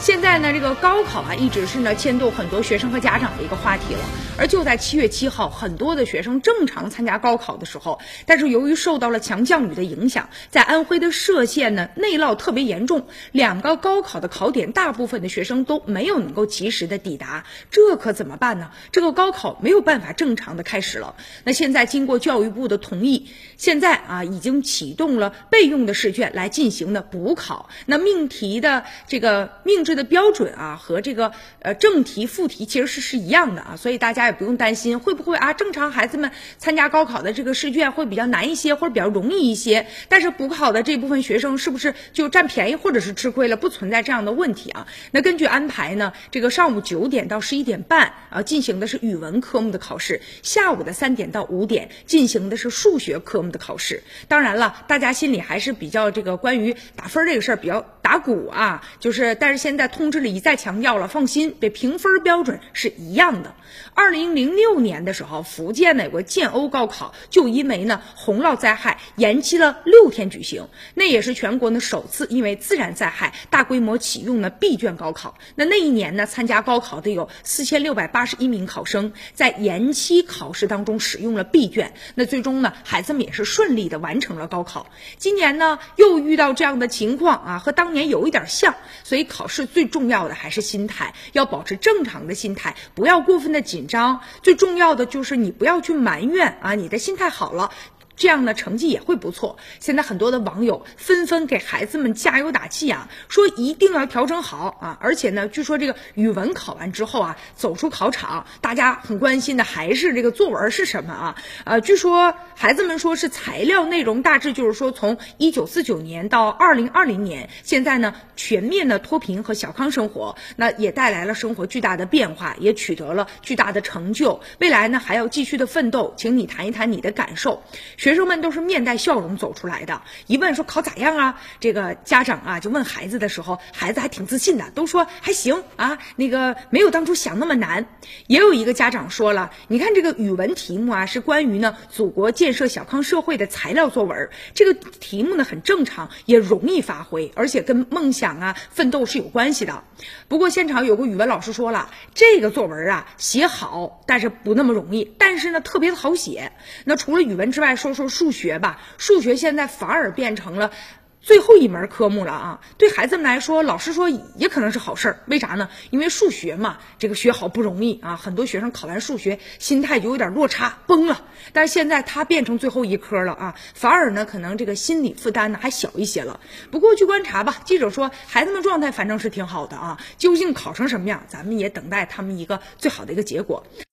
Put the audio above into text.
现在呢，这个高考啊，一直是呢牵动很多学生和家长的一个话题了。而就在7月7号，很多的学生正常参加高考的时候，但是由于受到了强降雨的影响，在安徽的歙县呢，内涝特别严重，2个高考的考点，大部分的学生都没有能够及时的抵达，这可怎么办呢？这个高考没有办法正常的开始了。那现在经过教育部的同意，现在啊已经启动了备用的试卷来进行的补考。那命题的这个命制的标准啊和这个正题副题其实是一样的啊，所以大家也不用担心会不会啊正常孩子们参加高考的这个试卷会比较难一些或者比较容易一些，但是补考的这部分学生是不是就占便宜或者是吃亏了？不存在这样的问题啊。那根据安排呢，这个上午9点到11点半进行的是语文科目的考试，下午的3点到5点进行的是数学科目的考试。当然了，大家心里还是比较这个关于打分这个事儿比较打鼓啊，但是现在通知里一再强调了，放心，这评分标准是一样的。2006年的时候，福建呢有个建瓯高考，就因为呢洪涝灾害延期了6天举行，那也是全国呢首次因为自然灾害大规模启用了闭卷高考。那一年呢参加高考的有4681名考生，在延期考试当中使用了闭卷，那最终呢孩子们也是顺利的完成了高考。今年呢又遇到这样的情况啊，和当年有一点像，所以考试最重要的还是心态，要保持正常的心态，不要过分的紧张，最重要的就是你不要去埋怨啊，你的心态好了，这样的成绩也会不错。现在很多的网友纷纷给孩子们加油打气啊，说一定要调整好啊！而且呢，据说这个语文考完之后啊，走出考场，大家很关心的还是这个作文是什么啊？据说孩子们说是材料内容大致就是说从1949年到2020年，现在呢全面的脱贫和小康生活，那也带来了生活巨大的变化，也取得了巨大的成就。未来呢还要继续的奋斗，请你谈一谈你的感受。学生们都是面带笑容走出来的，一问说考咋样啊，这个家长啊就问孩子的时候，孩子还挺自信的，都说还行啊，那个没有当初想那么难。也有一个家长说了，你看这个语文题目啊是关于呢祖国建设小康社会的材料作文，这个题目呢很正常，也容易发挥，而且跟梦想啊奋斗是有关系的。不过现场有个语文老师说了，这个作文啊写好但是不那么容易，但是呢特别的好写。那除了语文之外，说数学吧，数学现在反而变成了最后一门科目了啊！对孩子们来说，老师说也可能是好事儿。为啥呢？因为数学嘛，这个学好不容易啊，很多学生考完数学心态就有点落差，崩了。但是现在它变成最后一科了啊，反而呢可能这个心理负担呢还小一些了。不过据观察吧，记者说孩子们状态反正是挺好的啊，究竟考成什么样，咱们也等待他们一个最好的一个结果。